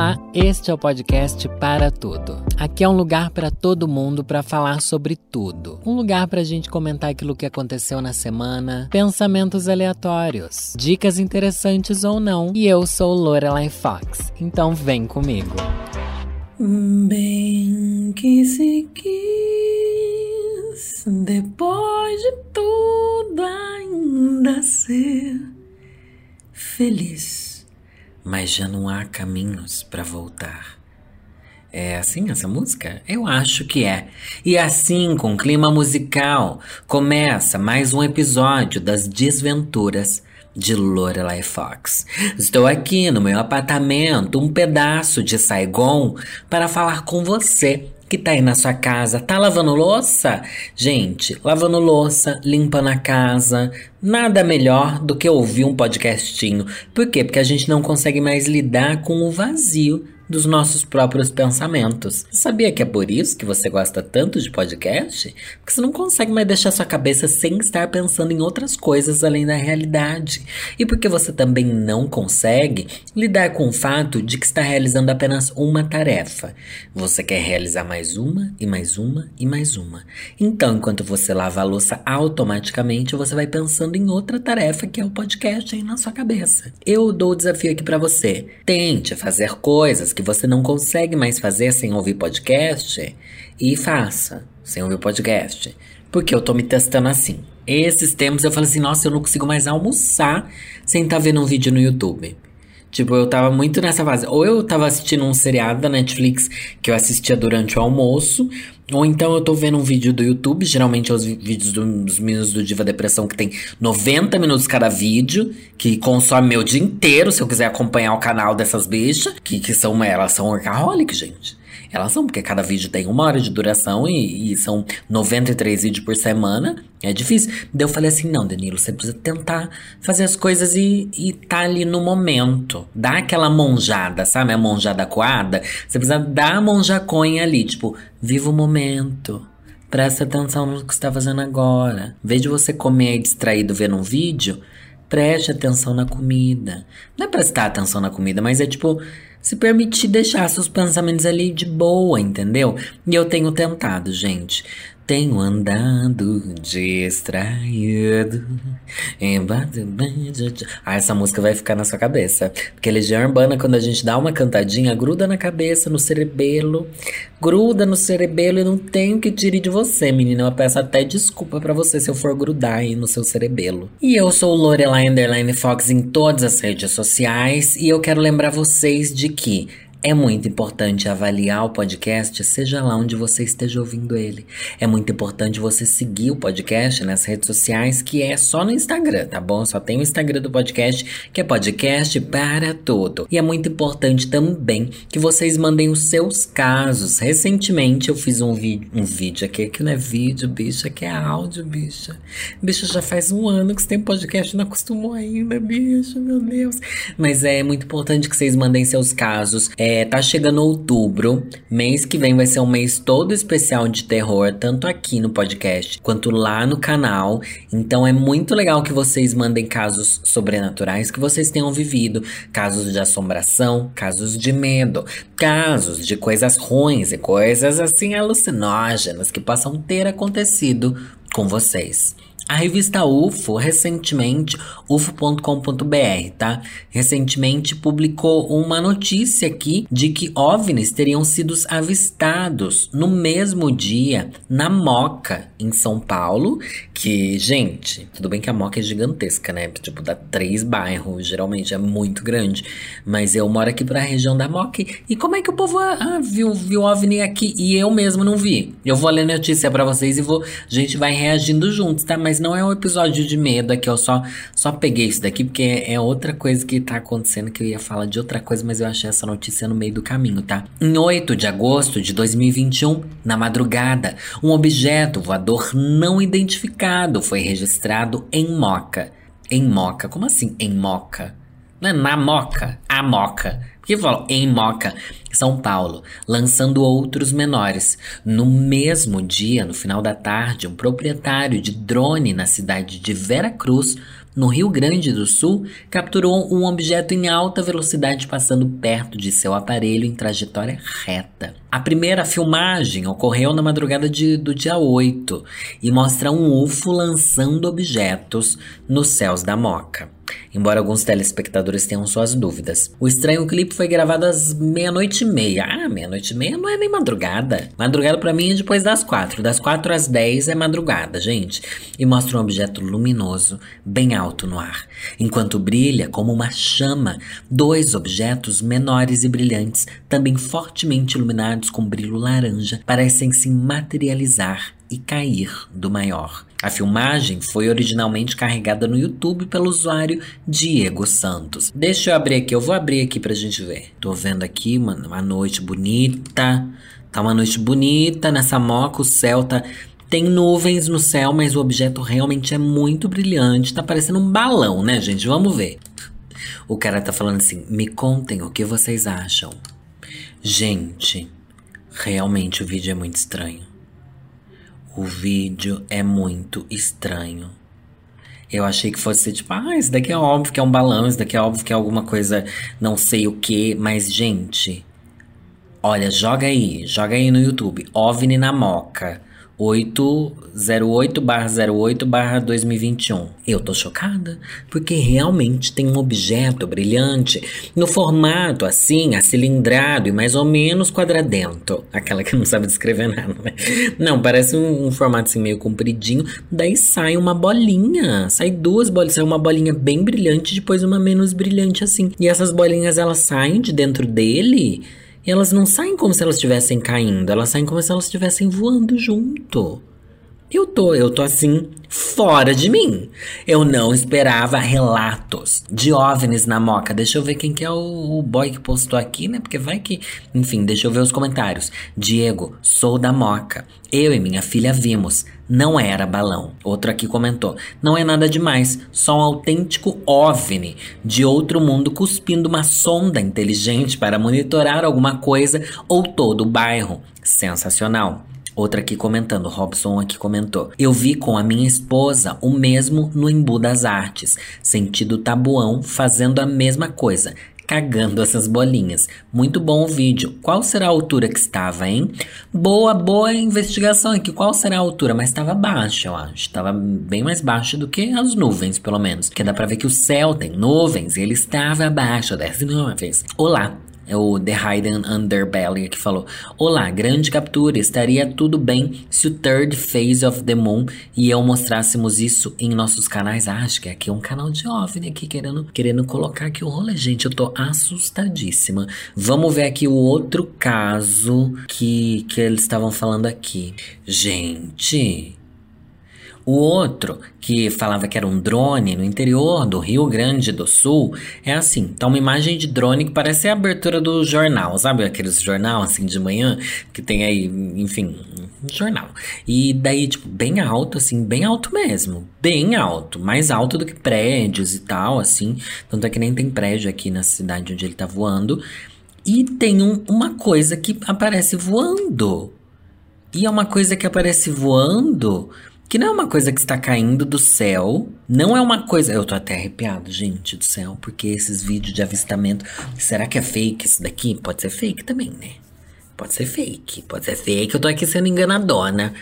Olá, este é o podcast Para Tudo. Aqui é um lugar para todo mundo para falar sobre tudo. Um lugar para a gente comentar aquilo que aconteceu na semana, pensamentos aleatórios, dicas interessantes ou não. E eu sou Lorelai Fox, então vem comigo. Bem que se quis, depois de tudo ainda ser feliz. Mas já não há caminhos para voltar. É assim essa música? Eu acho que é. E assim, com clima musical, começa mais um episódio das Desventuras de Lorelai Fox. Estou aqui no meu apartamento, um pedaço de Saigon, para falar com você que tá aí na sua casa. Tá lavando louça? Gente, lavando louça, limpando a casa, nada melhor do que ouvir um podcastinho. Por quê? Porque a gente não consegue mais lidar com o vazio dos nossos próprios pensamentos. Sabia que é por isso que você gosta tanto de podcast? Porque você não consegue mais deixar sua cabeça sem estar pensando em outras coisas além da realidade. E porque você também não consegue lidar com o fato de que está realizando apenas uma tarefa. Você quer realizar mais uma, e mais uma, e mais uma. Então, enquanto você lava a louça, automaticamente você vai pensando em outra tarefa, que é o podcast aí na sua cabeça. Eu dou o desafio aqui pra você. Tente fazer coisas que você não consegue mais fazer sem ouvir podcast, e faça sem ouvir podcast. Porque eu tô me testando assim. Esses tempos eu falo assim, nossa, eu não consigo mais almoçar sem estar vendo um vídeo no YouTube. Tipo, eu tava muito nessa fase. Ou eu tava assistindo um seriado da Netflix que eu assistia durante o almoço, ou então eu tô vendo um vídeo do YouTube, geralmente é os vídeos dos meninos do Diva Depressão, que tem 90 minutos cada vídeo, que consome meu dia inteiro, se eu quiser acompanhar o canal dessas bichas, elas são workaholic, gente. Elas são, porque cada vídeo tem 1 hora de duração e são 93 vídeos por semana. É difícil. Daí eu falei assim, não, Danilo, você precisa tentar fazer as coisas e tá ali no momento. Dá aquela monjada, sabe? A monjada coada. Você precisa dar a monjaconha ali, tipo, viva o momento. Presta atenção no que você tá fazendo agora. Em vez de você comer aí distraído vendo um vídeo, preste atenção na comida. Não é prestar atenção na comida, mas é tipo, se permitir deixar seus pensamentos ali de boa, entendeu? E eu tenho tentado, gente. Tenho andado distraído. Essa música vai ficar na sua cabeça. Porque Legião Urbana, quando a gente dá uma cantadinha, gruda na cabeça, no cerebelo. Gruda no cerebelo e não tem o que tire de você, menina. Eu peço até desculpa pra você se eu for grudar aí no seu cerebelo. E eu sou Lorelai Fox em todas as redes sociais. E eu quero lembrar vocês de que é muito importante avaliar o podcast, seja lá onde você esteja ouvindo ele. É muito importante você seguir o podcast nas redes sociais, que é só no Instagram, tá bom? Só tem o Instagram do podcast, que é Podcast Para Tudo. E é muito importante também que vocês mandem os seus casos. Recentemente eu fiz um vídeo aqui, que não é vídeo, bicha, que é áudio, bicha. Bicha, já faz 1 ano que você tem podcast, não acostumou ainda, bicha, meu Deus. Mas é muito importante que vocês mandem seus casos. Tá chegando outubro, mês que vem vai ser um mês todo especial de terror, tanto aqui no podcast quanto lá no canal. Então é muito legal que vocês mandem casos sobrenaturais que vocês tenham vivido, casos de assombração, casos de medo, casos de coisas ruins e coisas assim alucinógenas que possam ter acontecido com vocês. A revista UFO, recentemente, ufo.com.br, tá? Recentemente publicou uma notícia aqui de que OVNIs teriam sido avistados no mesmo dia na Moca, em São Paulo. Que, gente, tudo bem que a Moca é gigantesca, né? Tipo, dá 3 bairros, geralmente é muito grande. Mas eu moro aqui pra região da Moca. E como é que o povo viu OVNI aqui e eu mesmo não vi? Eu vou ler notícia pra vocês e a gente vai reagindo juntos, tá? Mas não é um episódio de medo aqui, eu só peguei isso daqui porque é outra coisa que tá acontecendo, que eu ia falar de outra coisa, mas eu achei essa notícia no meio do caminho, tá? Em 8 de agosto de 2021, na madrugada, um objeto voador não identificado foi registrado em Moca. Em Moca? Como assim em Moca? Não é na Moca, a Moca. Por que falam em Moca, São Paulo, lançando outros menores? No mesmo dia, no final da tarde, um proprietário de drone na cidade de Veracruz no Rio Grande do Sul, capturou um objeto em alta velocidade passando perto de seu aparelho em trajetória reta. A primeira filmagem ocorreu na madrugada do dia 8 e mostra um UFO lançando objetos nos céus da Moca. Embora alguns telespectadores tenham suas dúvidas. O estranho clipe foi gravado às 00:30. Ah, 00:30 não é nem madrugada. Madrugada pra mim é depois das 4. Das 4 às 10 é madrugada, gente. E mostra um objeto luminoso, bem alto no ar. Enquanto brilha como uma chama, 2 objetos menores e brilhantes, também fortemente iluminados com brilho laranja, parecem se materializar e cair do maior. A filmagem foi originalmente carregada no YouTube pelo usuário Diego Santos. Deixa eu abrir aqui, eu vou abrir aqui pra gente ver. Tô vendo aqui uma noite bonita. Tá uma noite bonita nessa Moca, o céu tá... Tem nuvens no céu, mas o objeto realmente é muito brilhante. Tá parecendo um balão, né, gente? Vamos ver. O cara tá falando assim, me contem o que vocês acham. Gente, realmente o vídeo é muito estranho. O vídeo é muito estranho. Eu achei que fosse tipo, isso daqui é óbvio que é um balão, isso daqui é óbvio que é alguma coisa não sei o que. Mas, gente, olha, joga aí no YouTube. OVNI na Moca. 808/08/2021. Eu tô chocada, porque realmente tem um objeto brilhante no formato assim, acilindrado e mais ou menos quadradento. Aquela que não sabe descrever nada, né? Não, parece um formato assim meio compridinho. Daí sai uma bolinha, sai 2 bolinhas, sai uma bolinha bem brilhante, depois uma menos brilhante assim. E essas bolinhas, elas saem de dentro dele... E elas não saem como se elas estivessem caindo, elas saem como se elas estivessem voando junto. Eu tô assim, fora de mim. Eu não esperava relatos de OVNIs na Moca. Deixa eu ver quem que é o boy que postou aqui, né? Porque vai que... Enfim, deixa eu ver os comentários. Diego, sou da Moca. Eu e minha filha vimos. Não era balão. Outro aqui comentou. Não é nada demais. Só um autêntico OVNI de outro mundo cuspindo uma sonda inteligente para monitorar alguma coisa ou todo o bairro. Sensacional. Outra aqui comentando, Robson aqui comentou. Eu vi com a minha esposa o mesmo no Embu das Artes, sentido Tabuão, fazendo a mesma coisa, cagando essas bolinhas. Muito bom o vídeo. Qual será a altura que estava, hein? Boa investigação aqui. Qual será a altura? Mas estava baixa, eu acho. Estava bem mais baixo do que as nuvens, pelo menos. Porque dá pra ver que o céu tem nuvens e ele estava abaixo das nuvens. Olá. É o The Hidden Underbelly que falou. Olá, grande captura. Estaria tudo bem se o Third Phase of the Moon e eu mostrássemos isso em nossos canais. Acho que aqui é um canal de OVNI aqui querendo colocar aqui o rolê. Gente, eu tô assustadíssima. Vamos ver aqui o outro caso que eles estavam falando aqui. Gente... O outro, que falava que era um drone no interior do Rio Grande do Sul, é assim, tá uma imagem de drone que parece a abertura do jornal, sabe aqueles jornal assim de manhã, que tem aí, enfim, um jornal. E daí, tipo, bem alto, assim, bem alto mesmo, bem alto, mais alto do que prédios e tal, assim, tanto é que nem tem prédio aqui na cidade onde ele tá voando. E tem uma coisa que aparece voando, e é uma coisa que aparece voando... Que não é uma coisa que está caindo do céu. Não é uma coisa... Eu tô até arrepiado, gente do céu. Porque esses vídeos de avistamento... Será que é fake isso daqui? Pode ser fake também, né? Pode ser fake. Pode ser fake. Eu tô aqui sendo enganadona.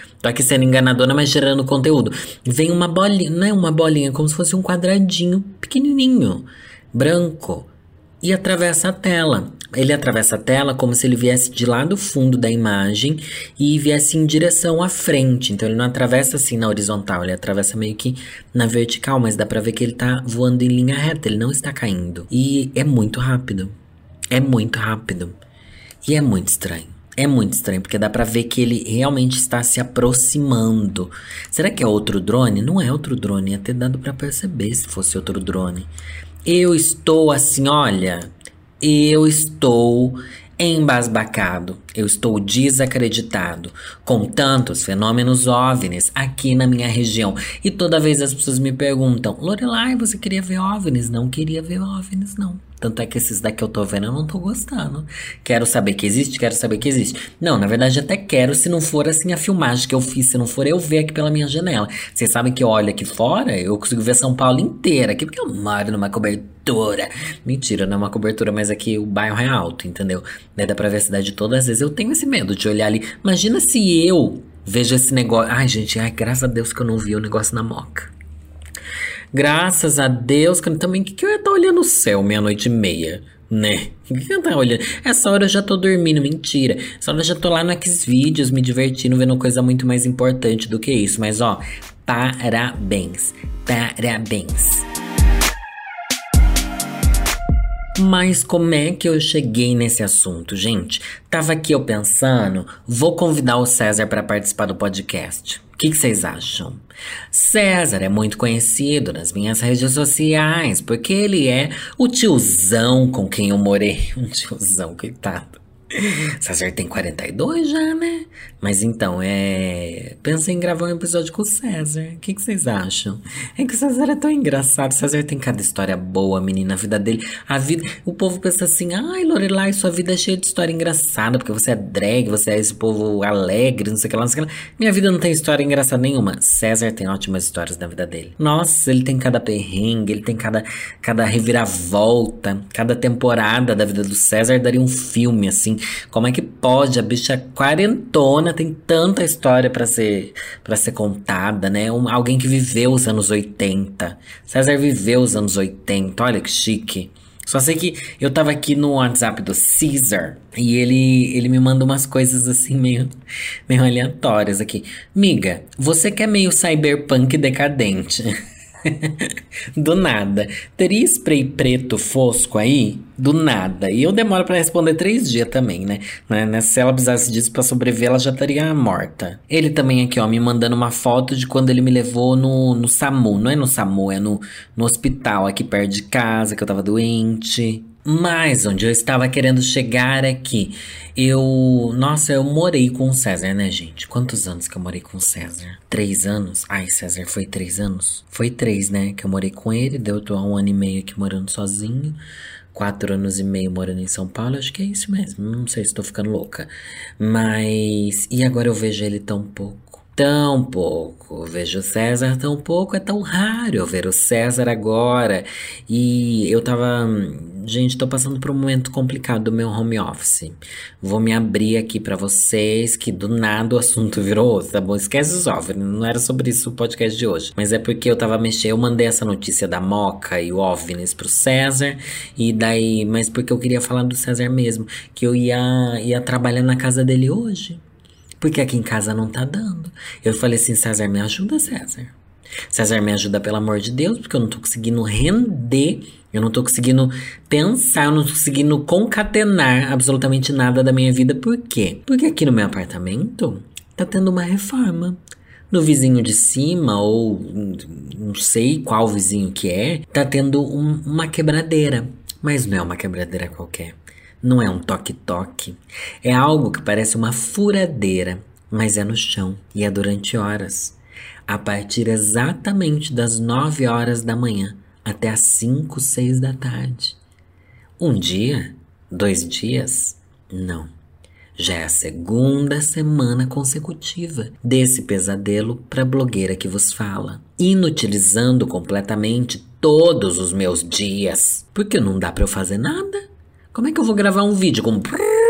Mas gerando conteúdo. Vem uma bolinha... Não é uma bolinha. É como se fosse um quadradinho pequenininho. Branco. E atravessa a tela. Ele atravessa a tela como se ele viesse de lá do fundo da imagem e viesse em direção à frente. Então ele não atravessa assim na horizontal, ele atravessa meio que na vertical, mas dá pra ver que ele tá voando em linha reta, ele não está caindo. E é muito rápido. É muito rápido. E é muito estranho. É muito estranho, porque dá pra ver que ele realmente está se aproximando. Será que é outro drone? Não é outro drone, ia ter dado pra perceber se fosse outro drone. Eu estou assim, olha... Eu estou embasbacado. Eu estou desacreditado com tantos fenômenos OVNIs aqui na minha região. E toda vez as pessoas me perguntam: Lorelai, você queria ver OVNIs? Não queria ver OVNIs, não. Tanto é que esses daqui eu tô vendo, eu não tô gostando. Quero saber que existe, quero saber que existe. Não, na verdade até quero, se não for assim a filmagem que eu fiz, se não for eu ver aqui pela minha janela. Vocês sabem que eu olho aqui fora, eu consigo ver São Paulo inteira aqui, porque eu moro numa cobertura. Mentira, não é uma cobertura, mas aqui o bairro é alto, entendeu? Daí dá pra ver a cidade toda, às vezes eu tenho esse medo de olhar ali. Imagina se eu vejo esse negócio. Ai, gente, graças a Deus que eu não vi o negócio na Moca. Graças a Deus, que também, que eu ia estar olhando o céu 00:30, né? O que eu ia estar olhando? Essa hora eu já tô dormindo, mentira. Essa hora eu já tô lá no Xvideos me divertindo, vendo coisa muito mais importante do que isso. Mas ó, parabéns, parabéns. Mas como é que eu cheguei nesse assunto, gente? Tava aqui eu pensando, vou convidar o César para participar do podcast. O que vocês acham? César é muito conhecido nas minhas redes sociais, porque ele é o tiozão com quem eu morei. Um tiozão, coitado. César tem 42 já, né? Mas então, pensei em gravar um episódio com o César. O que vocês acham? É que o César é tão engraçado. O César tem cada história boa, menina. A vida dele... O povo pensa assim: ai, Lorelai, sua vida é cheia de história engraçada, porque você é drag, você é esse povo alegre, não sei o que lá, não sei o que lá. Minha vida não tem história engraçada nenhuma. César tem ótimas histórias na vida dele. Nossa, ele tem cada perrengue, ele tem cada reviravolta. Cada temporada da vida do César daria um filme, assim. Como é que pode? A bicha quarentona tem tanta história pra ser contada, né? Alguém que viveu os anos 80. César viveu os anos 80. Olha que chique. Só sei que eu tava aqui no WhatsApp do César e ele me manda umas coisas assim meio aleatórias aqui. Miga, você que é meio cyberpunk decadente. Do nada. Teria spray preto fosco aí? Do nada. E eu demoro pra responder 3 dias também, né? Se ela precisasse disso pra sobreviver, ela já estaria morta. Ele também aqui, ó, me mandando uma foto de quando ele me levou no SAMU. Não é no SAMU, é no hospital aqui perto de casa, que eu tava doente. Mas onde eu estava querendo chegar é que eu morei com o César, né, gente? Quantos anos que eu morei com o César? 3 anos? Ai, César, foi 3 anos? Foi 3, né, que eu morei com ele. Deu 1 ano e meio aqui morando sozinho. 4 anos e meio morando em São Paulo. Acho que é isso mesmo. Não sei se tô ficando louca. Mas... E agora eu vejo ele tão pouco. Tão pouco, vejo o César tão pouco, é tão raro eu ver o César agora. E eu tava... Gente, tô passando por um momento complicado do meu home office. Vou me abrir aqui pra vocês, que do nada o assunto virou outro, tá bom? Esquece os OVNIs, não era sobre isso o podcast de hoje. Mas é porque eu tava mexendo, eu mandei essa notícia da Moca e o OVNIs pro César. E daí, mas porque eu queria falar do César mesmo, que eu ia trabalhar na casa dele hoje. Porque aqui em casa não tá dando. Eu falei assim: César, me ajuda, César. César, me ajuda, pelo amor de Deus, porque eu não tô conseguindo render, eu não tô conseguindo pensar, eu não tô conseguindo concatenar absolutamente nada da minha vida. Por quê? Porque aqui no meu apartamento tá tendo uma reforma. No vizinho de cima, ou não sei qual vizinho que é, tá tendo uma quebradeira. Mas não é uma quebradeira qualquer. Não é um toque-toque. É algo que parece uma furadeira, mas é no chão e é durante horas. A partir exatamente das 9 horas da manhã até as 5, 6 da tarde. 1 dia? 2 dias? Não. Já é a 2ª semana consecutiva desse pesadelo para a blogueira que vos fala. Inutilizando completamente todos os meus dias. Porque não dá para eu fazer nada. Como é que eu vou gravar um vídeo com...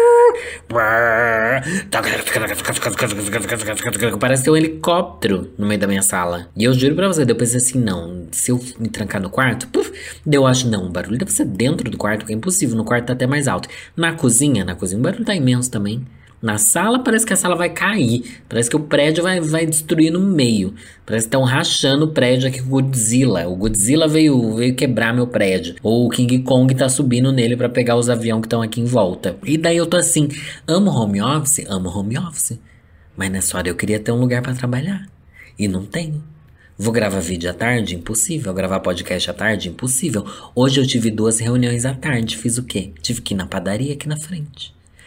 Parece ter um helicóptero no meio da minha sala. E eu juro pra você, eu pensei assim, não, se eu me trancar no quarto, eu acho, não, o barulho deve ser dentro do quarto, que é impossível, no quarto tá até mais alto. Na cozinha o barulho tá imenso também. Na sala, parece que a sala vai cair. Parece que o prédio vai destruir no meio. Parece que estão rachando o prédio aqui com o Godzilla. O Godzilla veio quebrar meu prédio. Ou o King Kong tá subindo nele pra pegar os aviões que estão aqui em volta. E daí eu tô assim, amo home office. Mas nessa hora eu queria ter um lugar pra trabalhar. E não tenho. Vou gravar vídeo à tarde? Impossível. Gravar podcast à tarde? Impossível. Hoje eu tive 2 reuniões à tarde. Fiz o quê? Tive que ir na padaria aqui na frente.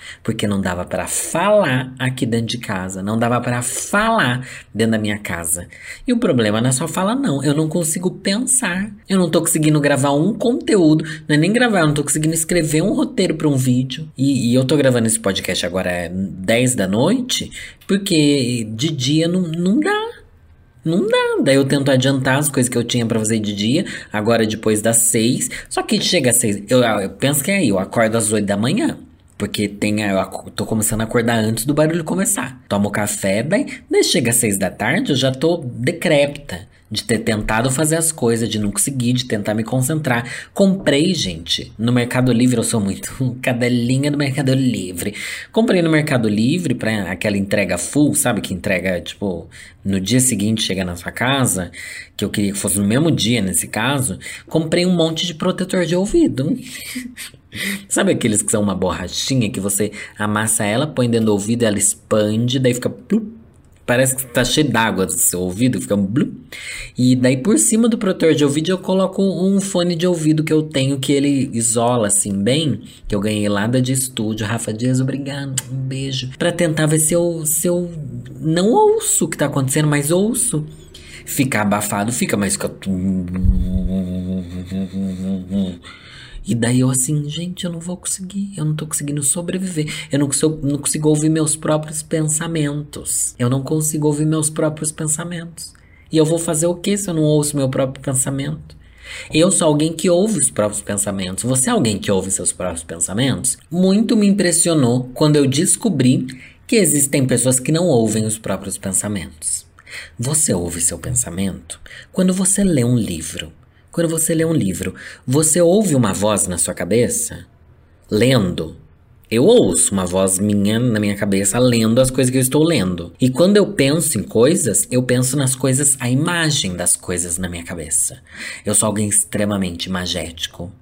Porque não dava pra falar aqui dentro de casa, não dava pra falar dentro da minha casa. E o problema não é só falar, não. Eu não consigo pensar. Eu não tô conseguindo gravar um conteúdo, não é nem gravar, eu não tô conseguindo escrever um roteiro pra um vídeo. E eu tô gravando esse podcast agora 10 da noite, porque de dia não dá. Não dá, daí eu tento adiantar as coisas que eu tinha pra fazer de dia, agora depois das 6. Só que chega às 6, eu penso que é aí, eu acordo às 8 da manhã. Porque tô começando a acordar antes do barulho começar. Tomo café, daí chega às 6 da tarde, eu já tô decrépita. De ter tentado fazer as coisas, de não conseguir, de tentar me concentrar. Comprei, gente, no Mercado Livre, eu sou muito cadelinha do Mercado Livre. Comprei no Mercado Livre pra aquela entrega full, sabe? Que entrega, tipo, no dia seguinte chega na sua casa. Que eu queria que fosse no mesmo dia, nesse caso. Comprei um monte de protetor de ouvido. Sabe aqueles que são uma borrachinha que você amassa ela, põe dentro do ouvido, ela expande, daí fica... Parece que tá cheio d'água do seu ouvido, fica um blu. E daí por cima do protetor de ouvido eu coloco um fone de ouvido que eu tenho, que ele isola assim bem, que eu ganhei lá da de estúdio. Rafa Dias, obrigado, um beijo. Pra tentar ver se eu não ouço o que tá acontecendo, mas ouço. Fica abafado, fica, mas fica... E daí eu assim, gente, eu não vou conseguir, eu não tô conseguindo sobreviver. Eu não consigo ouvir meus próprios pensamentos. Eu não consigo ouvir meus próprios pensamentos. E eu vou fazer o que se eu não ouço meu próprio pensamento? Eu sou alguém que ouve os próprios pensamentos. Você é alguém que ouve seus próprios pensamentos? Muito me impressionou quando eu descobri que existem pessoas que não ouvem os próprios pensamentos. Você ouve seu pensamento quando você lê um livro. Quando você lê um livro, você ouve uma voz na sua cabeça? Lendo. Eu ouço uma voz minha na minha cabeça lendo as coisas que eu estou lendo. E quando eu penso em coisas, eu penso nas coisas, a imagem das coisas na minha cabeça. Eu sou alguém extremamente imagético.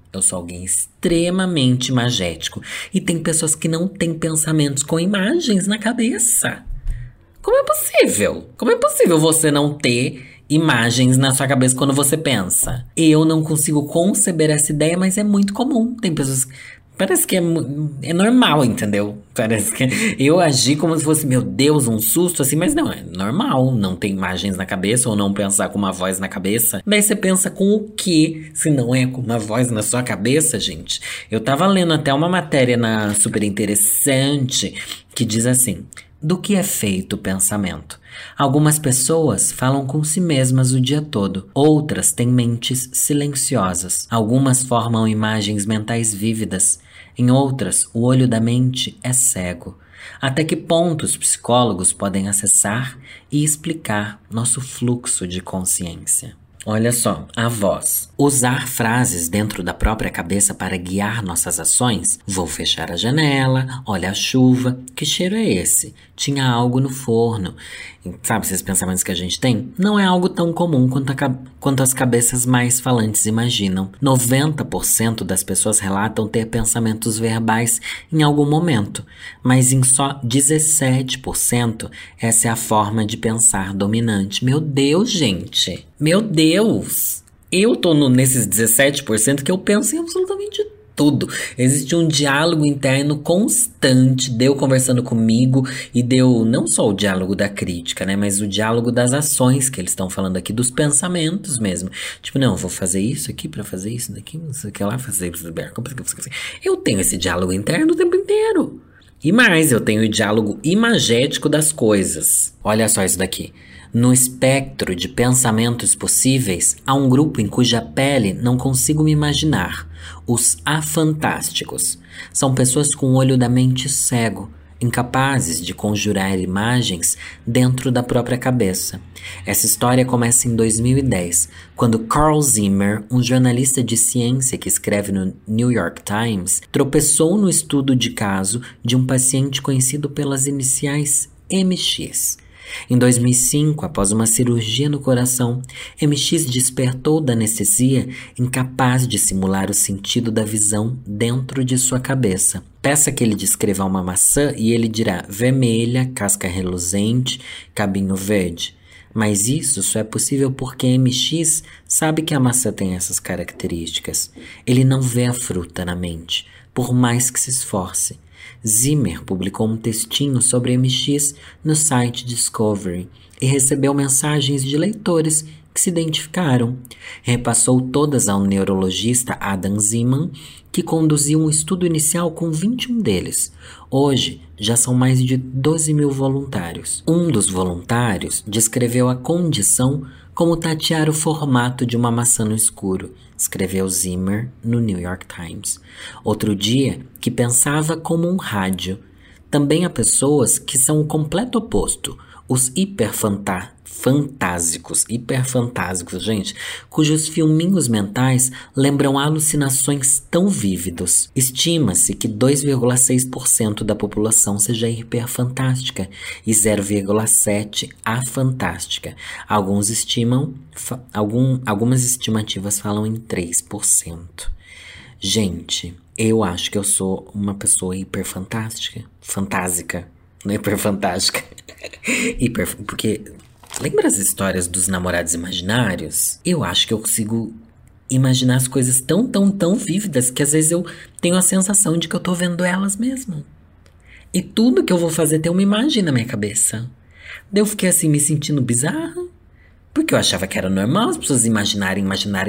E tem pessoas que não têm pensamentos com imagens na cabeça. Como é possível? Como é possível você não ter imagens na sua cabeça quando você pensa? Eu não consigo conceber essa ideia, mas é muito comum. Tem pessoas... Parece que é normal, entendeu? Parece que eu agi como se fosse, meu Deus, um susto assim, mas não, é normal não ter imagens na cabeça ou não pensar com uma voz na cabeça. Daí você pensa com o quê, se não é com uma voz na sua cabeça, gente? Eu tava lendo até uma matéria na Super Interessante que diz assim: do que é feito o pensamento? Algumas pessoas falam com si mesmas o dia todo. Outras têm mentes silenciosas. Algumas formam imagens mentais vívidas. Em outras, o olho da mente é cego. Até que ponto os psicólogos podem acessar e explicar nosso fluxo de consciência? Olha só, a voz. Usar frases dentro da própria cabeça para guiar nossas ações. Vou fechar a janela, olha a chuva. Que cheiro é esse? Tinha algo no forno. Sabe esses pensamentos que a gente tem? Não é algo tão comum quanto as cabeças mais falantes imaginam. 90% das pessoas relatam ter pensamentos verbais em algum momento, mas em só 17% essa é a forma de pensar dominante. Meu Deus, gente! Meu Deus! Eu tô nesses 17% que eu penso em absolutamente tudo. Existe um diálogo interno constante, deu conversando comigo e deu não só o diálogo da crítica, né, mas o diálogo das ações que eles estão falando aqui, dos pensamentos mesmo. Tipo, não, vou fazer isso aqui pra fazer isso daqui, não sei o que lá, fazer isso. Eu tenho esse diálogo interno o tempo inteiro. E mais, eu tenho o diálogo imagético das coisas. Olha só isso daqui. No espectro de pensamentos possíveis, há um grupo em cuja pele não consigo me imaginar. Os afantásticos. São pessoas com o olho da mente cego, incapazes de conjurar imagens dentro da própria cabeça. Essa história começa em 2010, quando Carl Zimmer, um jornalista de ciência que escreve no New York Times, tropeçou no estudo de caso de um paciente conhecido pelas iniciais MX. Em 2005, após uma cirurgia no coração, MX despertou da anestesia, incapaz de simular o sentido da visão dentro de sua cabeça. Peça que ele descreva uma maçã e ele dirá vermelha, casca reluzente, cabinho verde. Mas isso só é possível porque MX sabe que a maçã tem essas características. Ele não vê a fruta na mente, por mais que se esforce. Zimmer publicou um textinho sobre MX no site Discovery e recebeu mensagens de leitores que se identificaram. Repassou todas ao neurologista Adam Zeman, que conduziu um estudo inicial com 21 deles. Hoje, já são mais de 12 mil voluntários. Um dos voluntários descreveu a condição como tatear o formato de uma maçã no escuro, escreveu Zimmer no New York Times. Outro dia, que pensava como um rádio. Também há pessoas que são o completo oposto, os hiperfantásicos, gente, cujos filminhos mentais lembram alucinações tão vívidos. Estima-se que 2,6% da população seja hiperfantástica e 0,7% afantástica. Algumas estimativas falam em 3%. Gente, eu acho que eu sou uma pessoa hiperfantástica, fantásica, não é hiperfantástica. Porque lembra as histórias dos namorados imaginários? Eu acho que eu consigo imaginar as coisas tão vívidas que às vezes eu tenho a sensação de que eu tô vendo elas mesmo. E tudo que eu vou fazer tem uma imagem na minha cabeça. Daí eu fiquei assim me sentindo bizarra. Porque eu achava que era normal as pessoas imaginarem.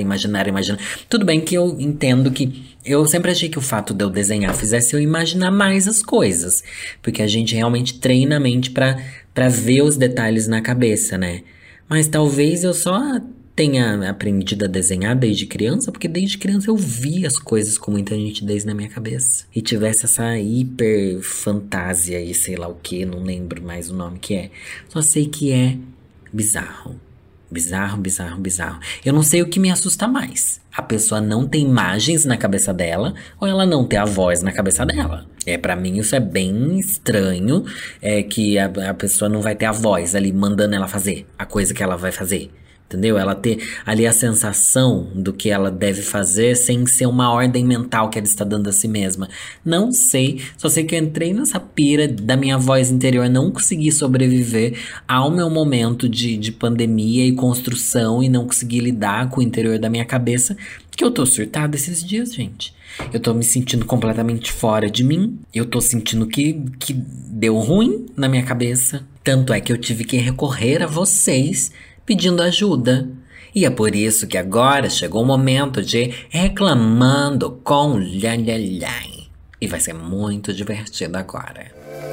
Tudo bem que eu entendo que eu sempre achei que o fato de eu desenhar fizesse eu imaginar mais as coisas. Porque a gente realmente treina a mente pra ver os detalhes na cabeça, né? Mas talvez eu só tenha aprendido a desenhar desde criança, porque desde criança eu via as coisas com muita nitidez na minha cabeça. E tivesse essa hiper fantasia e sei lá o que, não lembro mais o nome que é. Só sei que é bizarro. Bizarro. Eu não sei o que me assusta mais. A pessoa não ter imagens na cabeça dela ou ela não ter a voz na cabeça dela. Pra mim isso é bem estranho, que a pessoa não vai ter a voz ali mandando ela fazer a coisa que ela vai fazer. Entendeu? Ela ter ali a sensação do que ela deve fazer sem ser uma ordem mental que ela está dando a si mesma. Não sei, só sei que eu entrei nessa pira da minha voz interior, não consegui sobreviver ao meu momento de pandemia e construção e não consegui lidar com o interior da minha cabeça, que eu tô surtada esses dias, gente. Eu tô me sentindo completamente fora de mim, eu tô sentindo que deu ruim na minha cabeça. Tanto é que eu tive que recorrer a vocês pedindo ajuda. E é por isso que agora chegou o momento de Reclamando com Lorelai. E vai ser muito divertido agora.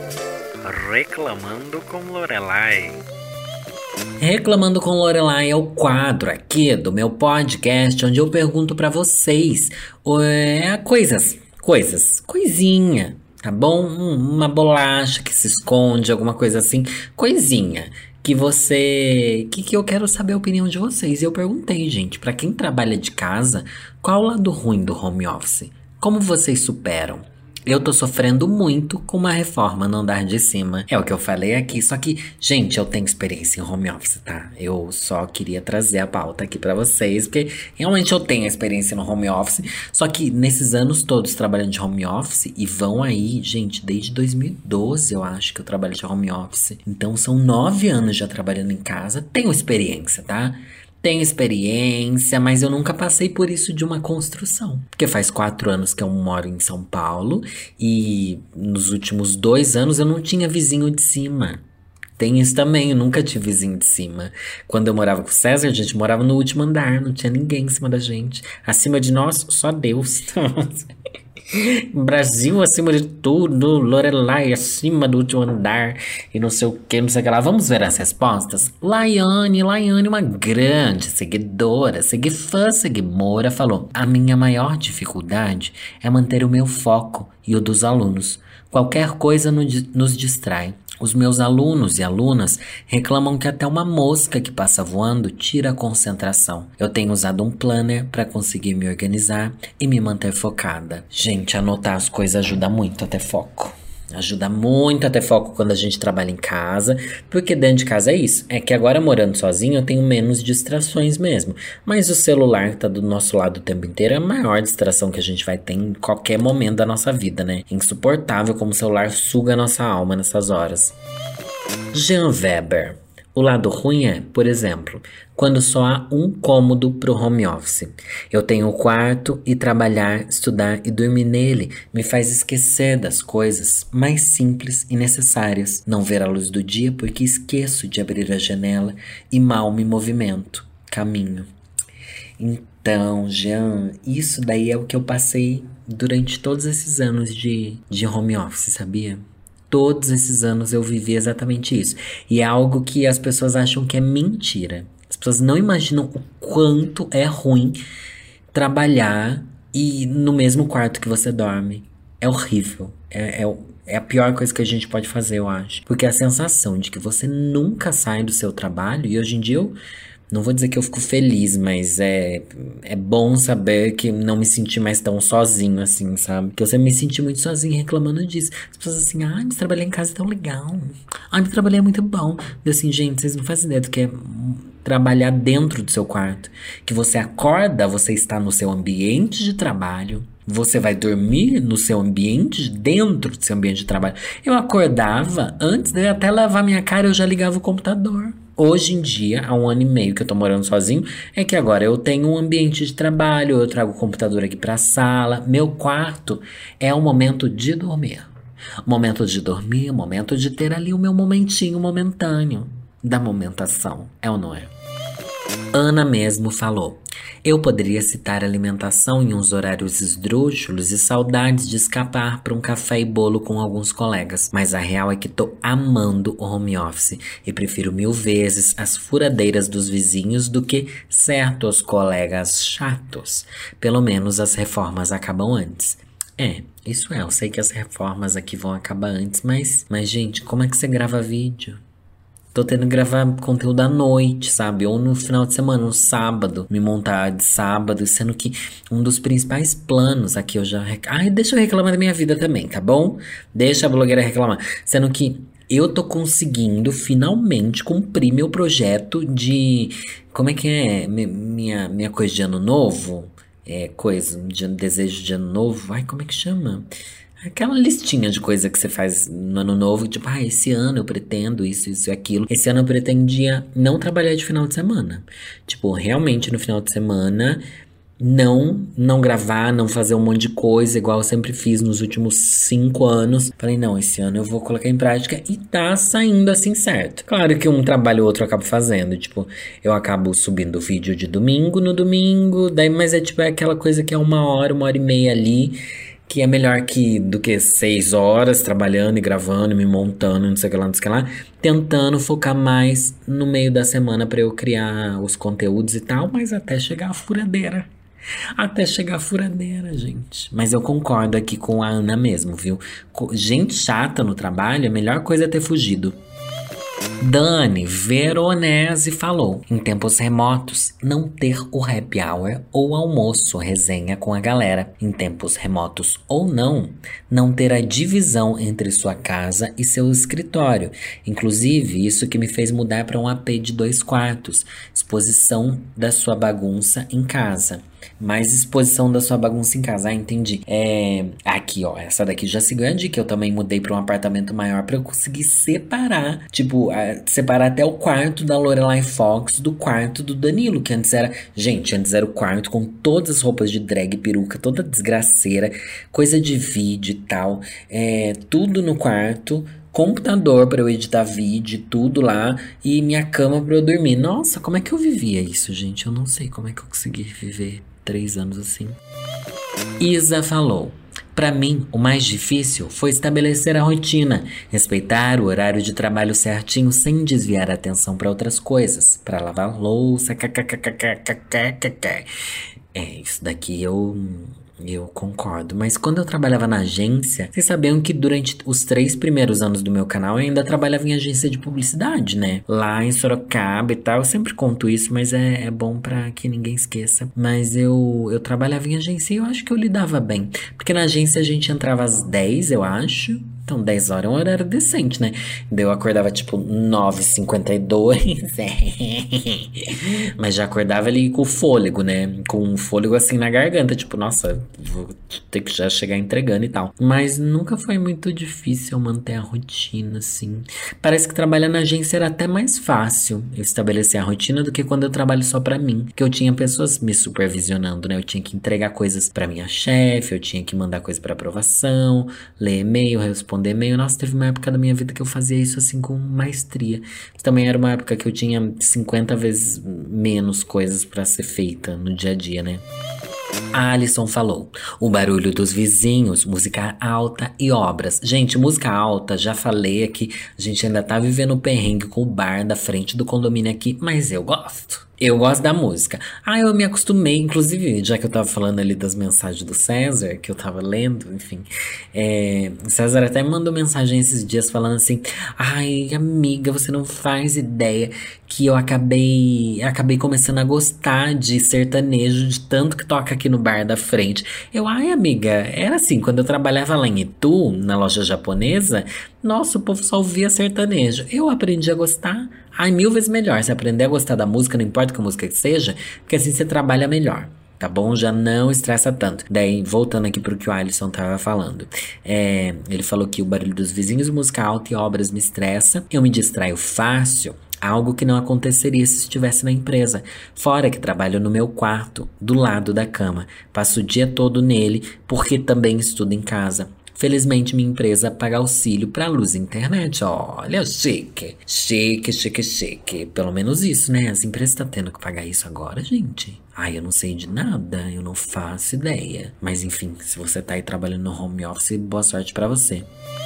Reclamando com Lorelai. Reclamando com Lorelai é o quadro aqui do meu podcast onde eu pergunto pra vocês coisinha, tá bom? Uma bolacha que se esconde, alguma coisa assim, coisinha. Que eu quero saber a opinião de vocês. E eu perguntei, gente, pra quem trabalha de casa, qual o lado ruim do home office? Como vocês superam? Eu tô sofrendo muito com uma reforma no andar de cima. É o que eu falei aqui, só que, gente, eu tenho experiência em home office, tá? Eu só queria trazer a pauta aqui pra vocês, porque realmente eu tenho experiência no home office. Só que nesses anos todos trabalhando de home office, e vão aí, gente, desde 2012 eu acho que eu trabalho de home office. Então são 9 anos já trabalhando em casa. Tenho experiência, tá? Tenho experiência, mas eu nunca passei por isso de uma construção. Porque faz 4 anos que eu moro em São Paulo e nos últimos 2 anos eu não tinha vizinho de cima. Tem isso também, eu nunca tive vizinho de cima. Quando eu morava com o César, a gente morava no último andar, não tinha ninguém em cima da gente. Acima de nós, só Deus. Brasil acima de tudo, Lorelai acima do último andar e não sei o que, não sei o que lá. Vamos ver as respostas? Laiane, uma grande seguidora, seguimora, falou: a minha maior dificuldade é manter o meu foco e o dos alunos. Qualquer coisa nos distrai. Os meus alunos e alunas reclamam que até uma mosca que passa voando tira a concentração. Eu tenho usado um planner para conseguir me organizar e me manter focada. Gente, anotar as coisas ajuda muito a ter foco. Ajuda muito a ter foco quando a gente trabalha em casa, porque dentro de casa é isso. É que agora morando sozinho eu tenho menos distrações mesmo. Mas o celular que tá do nosso lado o tempo inteiro é a maior distração que a gente vai ter em qualquer momento da nossa vida, né? Insuportável como o celular suga a nossa alma nessas horas. Jean Weber. O lado ruim é, por exemplo, quando só há um cômodo pro home office. Eu tenho o quarto e trabalhar, estudar e dormir nele me faz esquecer das coisas mais simples e necessárias. Não ver a luz do dia porque esqueço de abrir a janela e mal me movimento, caminho. Então, Jean, isso daí é o que eu passei durante todos esses anos de home office, sabia? Todos esses anos eu vivi exatamente isso. E é algo que as pessoas acham que é mentira. As pessoas não imaginam o quanto é ruim trabalhar e no mesmo quarto que você dorme. É horrível. É a pior coisa que a gente pode fazer, eu acho. Porque a sensação de que você nunca sai do seu trabalho, e hoje em dia eu não vou dizer que eu fico feliz, mas é bom saber que não me senti mais tão sozinho assim, sabe? Que eu sempre me senti muito sozinho reclamando disso. As pessoas assim, ai, mas trabalhar em casa é tão legal. Ai, mas trabalhar é muito bom. Eu assim, gente, vocês não fazem ideia do que é trabalhar dentro do seu quarto. Que você acorda, você está no seu ambiente de trabalho. Você vai dormir no seu ambiente, dentro do seu ambiente de trabalho. Eu acordava, antes de eu até lavar minha cara, eu já ligava o computador. Hoje em dia, há 1 ano e meio que eu tô morando sozinho, é que agora eu tenho um ambiente de trabalho, eu trago o computador aqui pra sala. Meu quarto é o momento de dormir. O momento de dormir, o momento de ter ali o meu momentinho momentâneo da momentação. É ou não é? Ana mesmo falou. Eu poderia citar alimentação em uns horários esdrúxulos e saudades de escapar para um café e bolo com alguns colegas, mas a real é que tô amando o home office e prefiro 1000 vezes as furadeiras dos vizinhos do que certos colegas chatos. Pelo menos as reformas acabam antes. Isso eu sei que as reformas aqui vão acabar antes, mas gente, como é que você grava vídeo? Tô tendo que gravar conteúdo à noite, sabe? Ou no final de semana, no sábado. Me montar de sábado, sendo que um dos principais planos aqui eu já... Ai, deixa eu reclamar da minha vida também, tá bom? Deixa a blogueira reclamar. Sendo que eu tô conseguindo finalmente cumprir meu projeto de... Como é que é? Minha coisa de ano novo? Coisa de desejo de ano novo. Ai, como é que chama? Aquela listinha de coisa que você faz no ano novo, tipo, esse ano eu pretendo isso e aquilo. Esse ano eu pretendia não trabalhar de final de semana. Tipo, realmente no final de semana, não gravar, não fazer um monte de coisa, igual eu sempre fiz nos últimos 5 anos. Falei, não, esse ano eu vou colocar em prática e tá saindo assim certo. Claro que um trabalho ou outro eu acabo fazendo, tipo, eu acabo subindo vídeo de domingo no domingo, daí, mas é tipo, é aquela coisa que é 1 hora, 1 hora e meia ali, que é melhor do que 6 horas trabalhando e gravando, me montando, não sei o que lá, não sei o que lá. Tentando focar mais no meio da semana pra eu criar os conteúdos e tal, mas até chegar a furadeira. Até chegar a furadeira, gente. Mas eu concordo aqui com a Ana mesmo, viu? Gente chata no trabalho, a melhor coisa é ter fugido. Dani Veronese falou: em tempos remotos, não ter o happy hour ou almoço resenha com a galera. Em tempos remotos ou não ter a divisão entre sua casa e seu escritório. Inclusive, isso que me fez mudar para um AP de 2 quartos. Exposição da sua bagunça em casa. Mais exposição da sua bagunça em casa. Entendi. Aqui, ó. Essa daqui já se ganha que eu também mudei pra um apartamento maior pra eu conseguir separar. Tipo, separar até o quarto da Lorelai Fox do quarto do Danilo. Que antes era... Gente, antes era o quarto com todas as roupas de drag, peruca, toda desgraceira. Coisa de vídeo e tal. Tudo no quarto. Computador pra eu editar vídeo, tudo lá, e minha cama pra eu dormir. Nossa, como é que eu vivia isso, gente? Eu não sei como é que eu consegui viver 3 anos assim. Isa falou: pra mim, o mais difícil foi estabelecer a rotina, respeitar o horário de trabalho certinho sem desviar a atenção pra outras coisas, pra lavar louça, isso daqui eu concordo, mas quando eu trabalhava na agência, vocês sabiam que durante os 3 primeiros anos do meu canal eu ainda trabalhava em agência de publicidade, né? Lá em Sorocaba e tal, eu sempre conto isso, mas é bom pra que ninguém esqueça. Mas eu trabalhava em agência e eu acho que eu lidava bem. Porque na agência a gente entrava às 10, eu acho, Então, 10 horas é um horário decente, né? Daí eu acordava tipo 9h52. Mas já acordava ali com fôlego, né? Com um fôlego assim na garganta. Tipo, nossa, vou ter que já chegar entregando e tal. Mas nunca foi muito difícil manter a rotina, assim. Parece que trabalhar na agência era até mais fácil eu estabelecer a rotina do que quando eu trabalho só pra mim. Porque eu tinha pessoas me supervisionando, né? Eu tinha que entregar coisas pra minha chefe, eu tinha que mandar coisa pra aprovação, ler e-mail, responder e-mail. Nossa, teve uma época da minha vida que eu fazia isso assim com maestria. Mas também era uma época que eu tinha 50 vezes menos coisas pra ser feita no dia a dia, né? A Alisson falou: o barulho dos vizinhos, música alta e obras. Gente, música alta, já falei aqui, a gente ainda tá vivendo o perrengue com o bar da frente do condomínio aqui, mas eu gosto. Eu gosto da música. Eu me acostumei, inclusive, já que eu tava falando ali das mensagens do César, que eu tava lendo, enfim. O César até me mandou mensagem esses dias falando assim: ai, amiga, você não faz ideia que eu acabei começando a gostar de sertanejo, de tanto que toca aqui no bar da frente. Ai, amiga, era assim, quando eu trabalhava lá em Itu, na loja japonesa, nossa, o povo só ouvia sertanejo. Eu aprendi a gostar. Ai, 1000 vezes melhor. Você aprender a gostar da música, não importa que música que seja, porque assim você trabalha melhor. Tá bom? Já não estressa tanto. Daí, voltando aqui pro que o Alisson tava falando. Ele falou que o barulho dos vizinhos, música alta e obras me estressa. Eu me distraio fácil. Algo que não aconteceria se estivesse na empresa. Fora que trabalho no meu quarto, do lado da cama. Passo o dia todo nele, porque também estudo em casa. Felizmente, minha empresa paga auxílio pra luz e internet. Olha, chique. Chique, chique, chique. Pelo menos isso, né? As empresas estão tendo que pagar isso agora, gente. Eu não sei de nada. Eu não faço ideia. Mas enfim, se você tá aí trabalhando no home office, boa sorte pra você.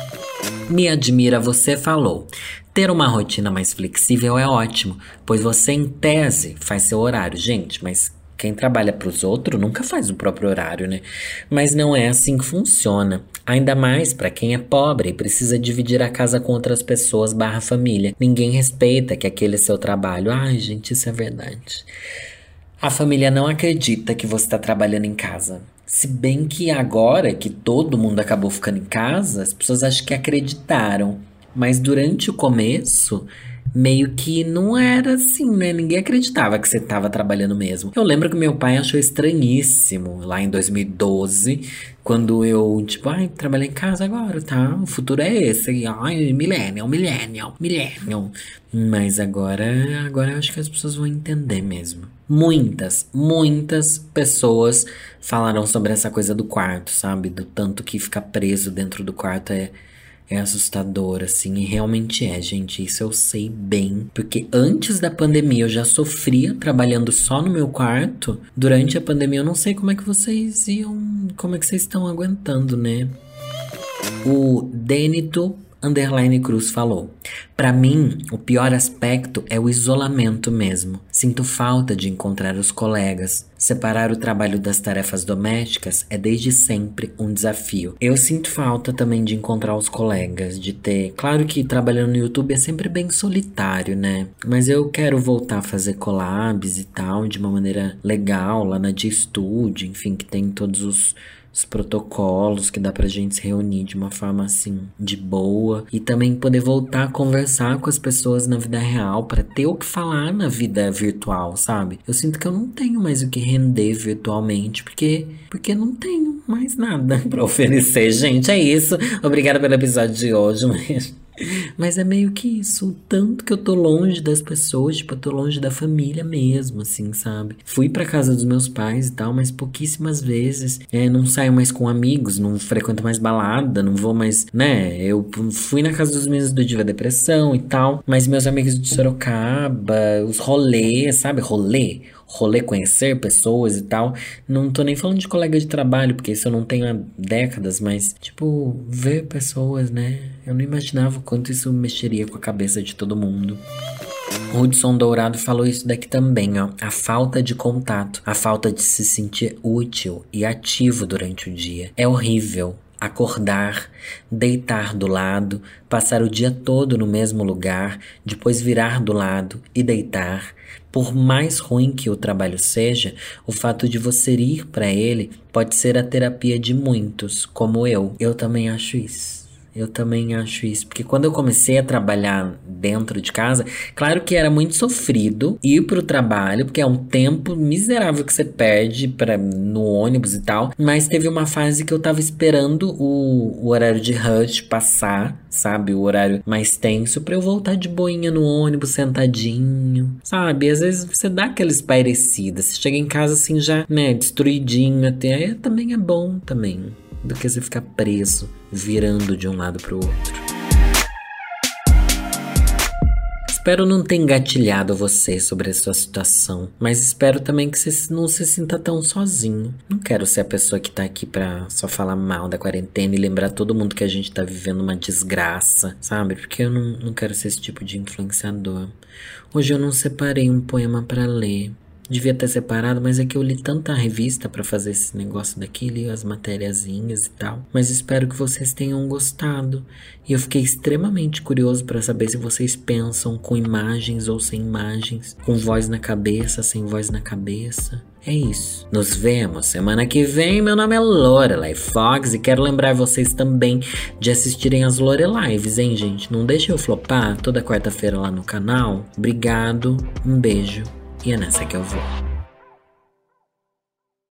Me admira, você falou. Ter uma rotina mais flexível é ótimo, pois você, em tese, faz seu horário. Gente, mas quem trabalha pros outros nunca faz o próprio horário, né? Mas não é assim que funciona. Ainda mais pra quem é pobre e precisa dividir a casa com outras pessoas / família. Ninguém respeita que aquele é seu trabalho. Ai, gente, isso é verdade. A família não acredita que você tá trabalhando em casa. Se bem que agora que todo mundo acabou ficando em casa, as pessoas acho que acreditaram. Mas durante o começo, meio que não era assim, né? Ninguém acreditava que você tava trabalhando mesmo. Eu lembro que meu pai achou estranhíssimo lá em 2012, quando eu, trabalhei em casa agora, tá? O futuro é esse. Ai, millennial. Mas agora eu acho que as pessoas vão entender mesmo. Muitas pessoas falaram sobre essa coisa do quarto, sabe? Do tanto que ficar preso dentro do quarto é assustador, assim, e realmente é, gente, isso eu sei bem, porque antes da pandemia eu já sofria trabalhando só no meu quarto. Durante a pandemia eu não sei como é que vocês estão aguentando, né? O Denito _Cruz falou: pra mim, o pior aspecto é o isolamento mesmo. Sinto falta de encontrar os colegas. Separar o trabalho das tarefas domésticas é desde sempre um desafio. Eu sinto falta também de encontrar os colegas, de ter... Claro que trabalhando no YouTube é sempre bem solitário, né? Mas eu quero voltar a fazer collabs e tal, de uma maneira legal, lá na G-Studio, enfim, que tem todos os protocolos, que dá pra gente se reunir de uma forma assim, de boa, e também poder voltar a conversar com as pessoas na vida real, pra ter o que falar na vida virtual, sabe? Eu sinto que eu não tenho mais o que render virtualmente, porque não tenho mais nada pra oferecer, gente. É isso. Obrigada pelo episódio de hoje, mas é meio que isso, o tanto que eu tô longe das pessoas, eu tô longe da família mesmo, assim, sabe? Fui pra casa dos meus pais e tal, mas pouquíssimas vezes. Não saio mais com amigos, não frequento mais balada, não vou mais, né? Eu fui na casa dos meninos do Diva Depressão e tal, mas meus amigos de Sorocaba, os rolês, sabe? Rolê, conhecer pessoas e tal. Não tô nem falando de colega de trabalho, porque isso eu não tenho há décadas, mas, ver pessoas, né? Eu não imaginava o quanto isso mexeria com a cabeça de todo mundo. Hudson Dourado falou isso daqui também, ó. A falta de contato, a falta de se sentir útil e ativo durante o dia. É horrível. Acordar, deitar do lado, passar o dia todo no mesmo lugar, depois virar do lado e deitar. Por mais ruim que o trabalho seja, o fato de você ir para ele pode ser a terapia de muitos, como eu. Eu também acho isso. Eu também acho isso, porque quando eu comecei a trabalhar dentro de casa, claro que era muito sofrido ir pro trabalho, porque é um tempo miserável que você perde no ônibus e tal, mas teve uma fase que eu tava esperando o horário de rush passar, sabe, o horário mais tenso, pra eu voltar de boinha no ônibus, sentadinho, sabe, às vezes você dá aquela espairecida, você chega em casa assim já, né, destruidinho até, aí também é bom também, do que você ficar preso, virando de um lado pro outro. Espero não ter engatilhado você sobre a sua situação, mas espero também que você não se sinta tão sozinho. Não quero ser a pessoa que tá aqui pra só falar mal da quarentena e lembrar todo mundo que a gente tá vivendo uma desgraça, sabe? Porque eu não quero ser esse tipo de influenciador. Hoje eu não separei um poema pra ler. Devia ter separado, mas é que eu li tanta revista pra fazer esse negócio daqui, li as matériazinhas e tal. Mas espero que vocês tenham gostado. E eu fiquei extremamente curioso pra saber se vocês pensam com imagens ou sem imagens, com voz na cabeça, sem voz na cabeça. É isso. Nos vemos semana que vem. Meu nome é Lorelai Fox e quero lembrar vocês também de assistirem as Lorelives, hein, gente? Não deixe eu flopar toda quarta-feira lá no canal. Obrigado, um beijo. E é nessa que eu vou.